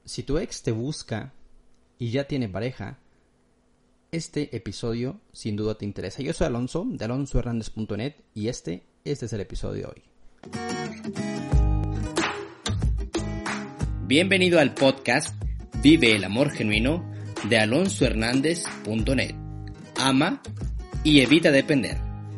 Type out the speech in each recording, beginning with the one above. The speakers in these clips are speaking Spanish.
Si tu ex te busca y ya tiene pareja, este episodio sin duda te interesa. Yo soy Alonso, de alonsohernandez.net, y este es el episodio de hoy. Bienvenido al podcast Vive el amor genuino de alonsohernandez.net. Ama y evita depender.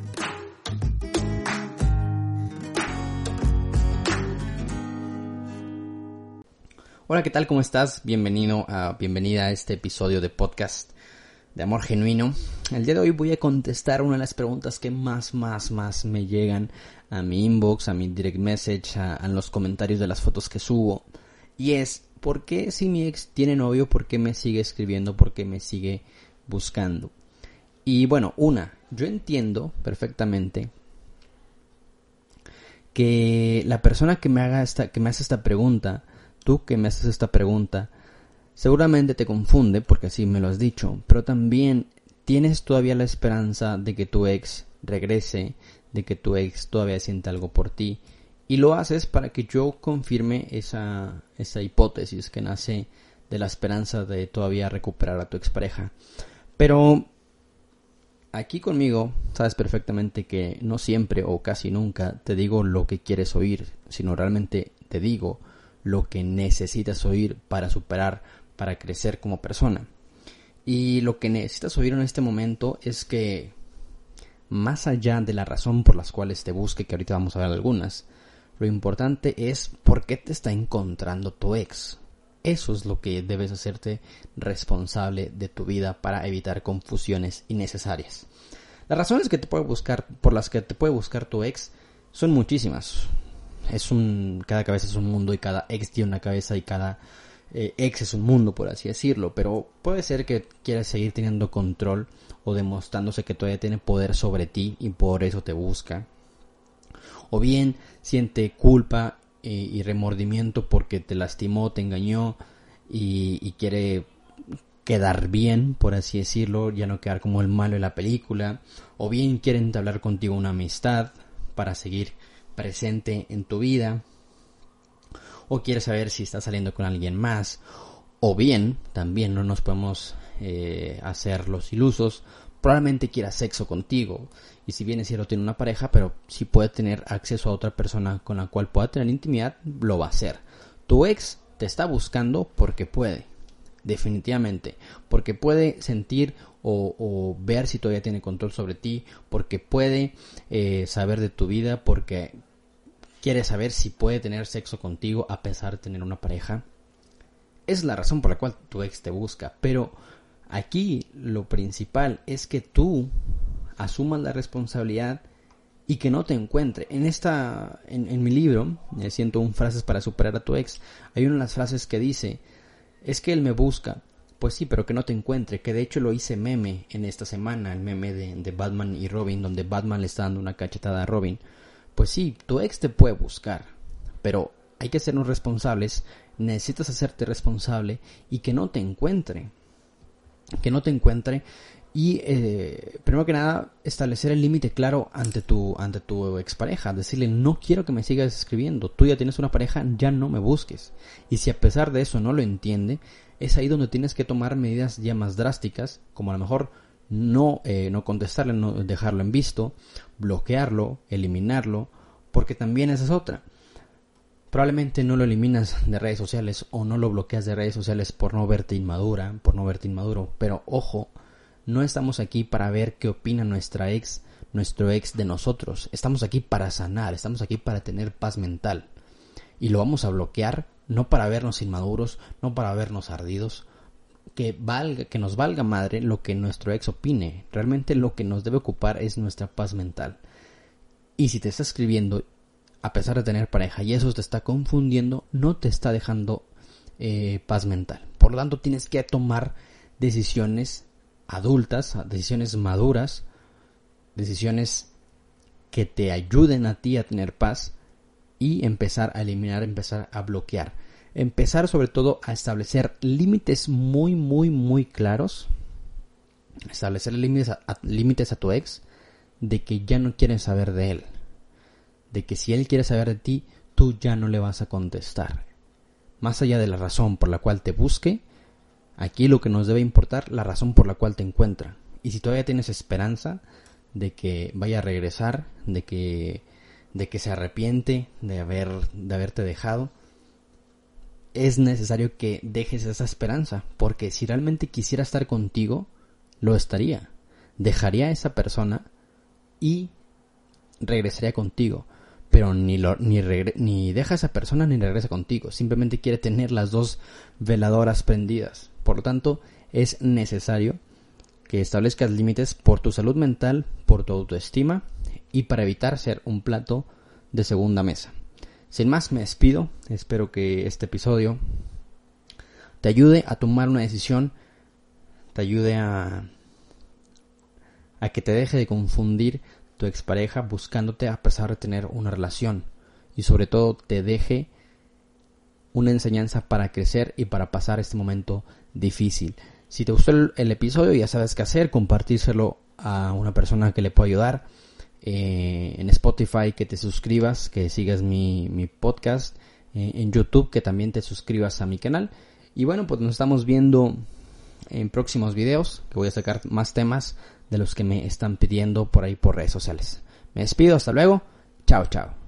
Hola, ¿qué tal? ¿Cómo estás? Bienvenida a este episodio de podcast de amor genuino. El día de hoy voy a contestar una de las preguntas que más me llegan a mi inbox, a mi direct message, a los comentarios de las fotos que subo. Y es, ¿por qué si mi ex tiene novio, por qué me sigue escribiendo, por qué me sigue buscando? Y bueno, yo entiendo perfectamente que la persona que me hace esta pregunta, tú que me haces esta pregunta, seguramente te confunde porque así me lo has dicho, pero también tienes todavía la esperanza de que tu ex regrese, de que tu ex todavía sienta algo por ti, y lo haces para que yo confirme esa hipótesis que nace de la esperanza de todavía recuperar a tu expareja. Pero aquí conmigo sabes perfectamente que no siempre o casi nunca te digo lo que quieres oír, sino realmente te digo lo que necesitas oír para superar, para crecer como persona. Y lo que necesitas oír en este momento es que, más allá de la razón por las cuales te busque, que ahorita vamos a ver algunas, lo importante es por qué te está encontrando tu ex. Eso es lo que debes hacerte responsable de tu vida para evitar confusiones innecesarias. Las razones que te puede buscar, por las que te puede buscar tu ex, son muchísimas. Cada cabeza es un mundo y cada ex tiene una cabeza y cada ex es un mundo, por así decirlo. Pero puede ser que quieras seguir teniendo control o demostrándose que todavía tiene poder sobre ti y por eso te busca. O bien siente culpa y remordimiento porque te lastimó, te engañó y quiere quedar bien, por así decirlo, ya no quedar como el malo de la película. O bien quiere entablar contigo una amistad para seguir presente en tu vida, o quieres saber si estás saliendo con alguien más, o bien, también no nos podemos hacer los ilusos, probablemente quiera sexo contigo, y si bien es cierto tiene una pareja, pero si puede tener acceso a otra persona con la cual pueda tener intimidad, lo va a hacer. Tu ex te está buscando porque puede, definitivamente, porque puede sentir o ver si todavía tiene control sobre ti, porque puede saber de tu vida, porque quiere saber si puede tener sexo contigo a pesar de tener una pareja. Es la razón por la cual tu ex te busca, pero aquí lo principal es que tú asumas la responsabilidad y que no te encuentre. En mi libro, 101 frases para superar a tu ex, hay una de las frases que dice, es que él me busca. Pues sí, pero que no te encuentre, que de hecho lo hice meme en esta semana, el meme de Batman y Robin, donde Batman le está dando una cachetada a Robin. Pues sí, tu ex te puede buscar, pero hay que sernos responsables, necesitas hacerte responsable y que no te encuentre. Que no te encuentre y, primero que nada, establecer el límite claro ante tu expareja. Decirle, no quiero que me sigas escribiendo, tú ya tienes una pareja, ya no me busques. Y si a pesar de eso no lo entiende, es ahí donde tienes que tomar medidas ya más drásticas, como a lo mejor no contestarle, no dejarlo en visto, bloquearlo, eliminarlo, porque también esa es otra. Probablemente no lo eliminas de redes sociales o no lo bloqueas de redes sociales por no verte inmaduro, pero ojo, no estamos aquí para ver qué opina nuestro ex de nosotros. Estamos aquí para sanar, estamos aquí para tener paz mental. Y lo vamos a bloquear no para vernos inmaduros, no para vernos ardidos, que nos valga madre lo que nuestro ex opine. Realmente lo que nos debe ocupar es nuestra paz mental. Y si te está escribiendo a pesar de tener pareja y eso te está confundiendo, no te está dejando paz mental. Por lo tanto, tienes que tomar decisiones adultas, decisiones maduras, decisiones que te ayuden a ti a tener paz y empezar a eliminar, empezar a bloquear. Empezar sobre todo a establecer límites muy claros. Establecer límites a tu ex de que ya no quieres saber de él. De que si él quiere saber de ti, tú ya no le vas a contestar. más allá de la razón por la cual te busque, aquí lo que nos debe importar, la razón por la cual te encuentra. Y si todavía tienes esperanza de que vaya a regresar, de que se arrepiente de haberte dejado, es necesario que dejes esa esperanza, porque si realmente quisiera estar contigo, lo estaría. Dejaría a esa persona y regresaría contigo, pero ni deja a esa persona ni regresa contigo, simplemente quiere tener las dos veladoras prendidas. Por lo tanto, es necesario que establezcas límites por tu salud mental, por tu autoestima y para evitar ser un plato de segunda mesa. Sin más, me despido. Espero que este episodio te ayude a tomar una decisión, te ayude a que te deje de confundir tu expareja buscándote a pesar de tener una relación, y sobre todo te deje una enseñanza para crecer y para pasar este momento difícil. Si te gustó el episodio, ya sabes qué hacer: compartírselo a una persona que le pueda ayudar. En Spotify, que te suscribas, que sigas mi podcast, en YouTube, que también te suscribas a mi canal. Y bueno, pues nos estamos viendo en próximos videos, que voy a sacar más temas de los que me están pidiendo por ahí por redes sociales. Me despido, hasta luego, chao chao.